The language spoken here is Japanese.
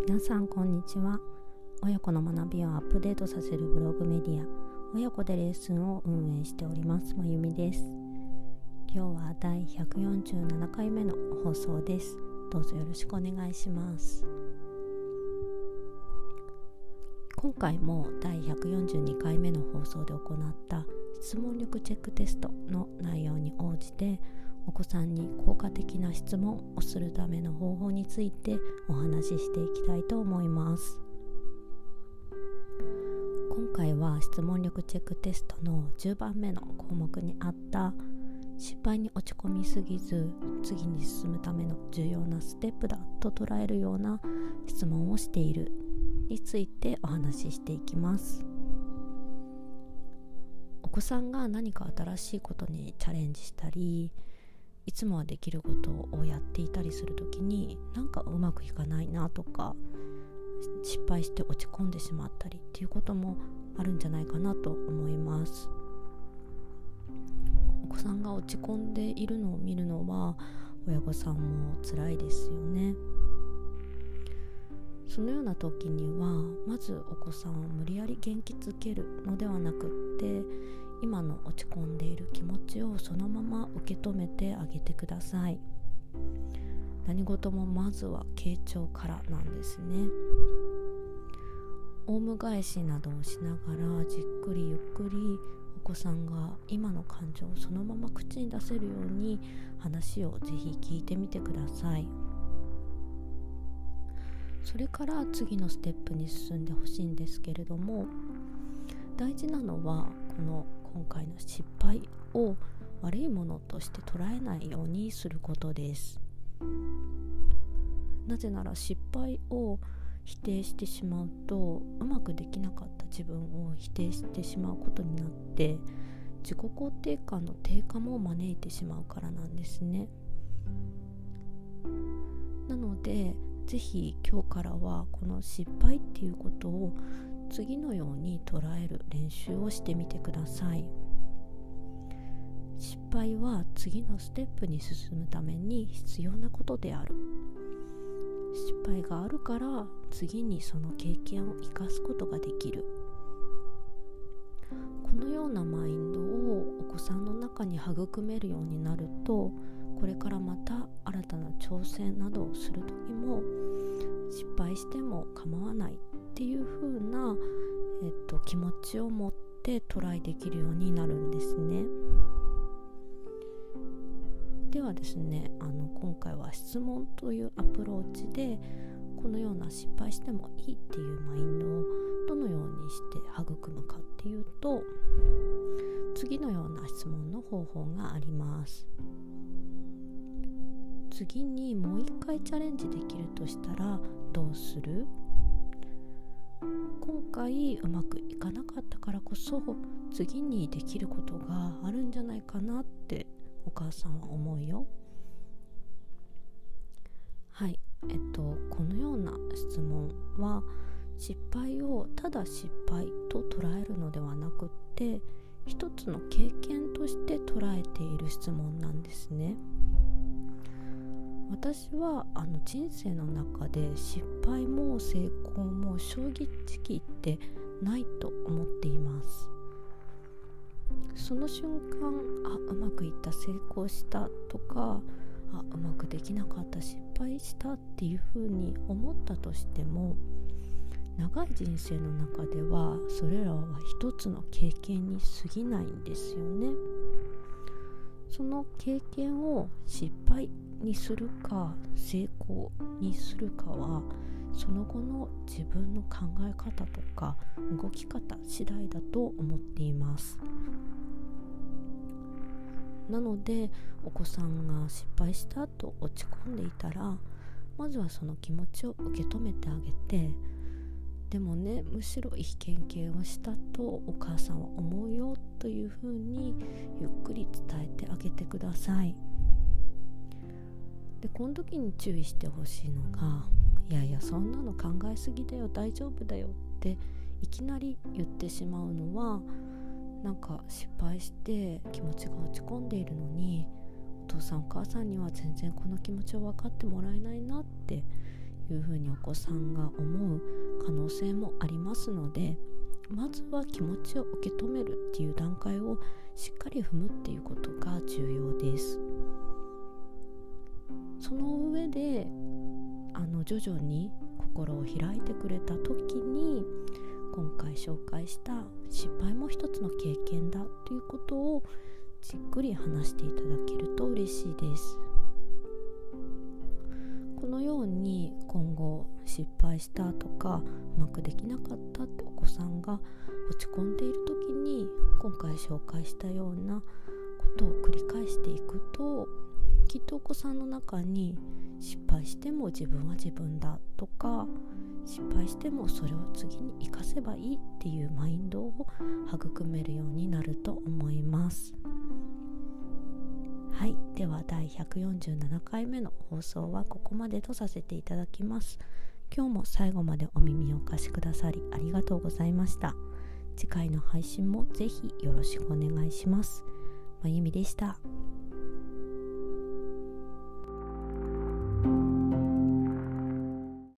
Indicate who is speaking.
Speaker 1: 皆さんこんにちは。親子の学びをアップデートさせるブログメディア親子でレッスンを運営しておりますまゆみです。今日は第147回目の放送です。どうぞよろしくお願いします。今回も第142回目の放送で行った質問力チェックテストの内容に応じて、お子さんに効果的な質問をするための方法についてお話ししていきたいと思います。今回は質問力チェックテストの10番目の項目にあった失敗に落ち込みすぎず次に進むための重要なステップだと捉えるような質問をしているについてお話ししていきます。お子さんが何か新しいことにチャレンジしたり、いつもはできることをやっていたりするときになんかうまくいかないなとか、失敗して落ち込んでしまったりっていうこともあるんじゃないかなと思います。お子さんが落ち込んでいるのを見るのは親御さんも辛いですよね。そのような時にはまずお子さんを無理やり元気づけるのではなくって、今の落ち込んでいる気持ちをそのまま受け止めてあげてください。何事もまずは傾聴からなんですね。オウム返しなどをしながらじっくりゆっくりお子さんが今の感情をそのまま口に出せるように話をぜひ聞いてみてください。それから次のステップに進んでほしいんですけれども、大事なのは今回の失敗を悪いものとして捉えないようにすることです。なぜなら失敗を否定してしまうと、うまくできなかった自分を否定してしまうことになって自己肯定感の低下も招いてしまうからなんですね。なのでぜひ今日からはこの失敗っていうことを次のように捉える練習をしてみてください。失敗は次のステップに進むために必要なことである。失敗があるから次にその経験を生かすことができる。このようなマインドをお子さんの中に育めるようになると、これからまた新たな挑戦などをする時も失敗しても構わないっていう風な、気持ちを持ってトライできるようになるんですね。ではですね、今回は質問というアプローチでこのような失敗してもいいっていうマインドをどのようにして育むかっていうと、次のような質問の方法があります。次にもう一回チャレンジできるとしたらどうする？今回うまくいかなかったからこそ次にできることがあるんじゃないかなってお母さんは思うよ。はい、このような質問は失敗をただ失敗と捉えるのではなくって、一つの経験として捉えている質問なんですね。私は人生の中で失敗も成功も正直言ってないと思っています。その瞬間、うまくいった、成功したとか、うまくできなかった、失敗したっていう風に思ったとしても、長い人生の中ではそれらは一つの経験に過ぎないんですよね。その経験を失敗にするか成功にするかはその後の自分の考え方とか動き方次第だと思っています。なのでお子さんが失敗したと落ち込んでいたら、まずはその気持ちを受け止めてあげて、でもね、むしろいい経験をしたとお母さんは思うよというふうにゆっくり伝えてあげてください。でこの時に注意してほしいのが、いやそんなの考えすぎだよ、大丈夫だよっていきなり言ってしまうのは、なんか失敗して気持ちが落ち込んでいるのにお父さんお母さんには全然この気持ちを分かってもらえないなっていいうふうにお子さんが思う可能性もありますので、まずは気持ちを受け止めるっていう段階をしっかり踏むっていうことが重要です。その上で徐々に心を開いてくれた時に、今回紹介した失敗も一つの経験だということをじっくり話していただけると嬉しいです。このように今後失敗したとかうまくできなかったってお子さんが落ち込んでいる時に、今回紹介したようなことを繰り返していくと、きっとお子さんの中に失敗しても自分は自分だとか、失敗してもそれを次に生かせばいいっていうマインドを育めるようになると思います。はい、では第147回目の放送はここまでとさせていただきます。今日も最後までお耳をお貸しくださりありがとうございました。次回の配信もぜひよろしくお願いします。まゆみでした。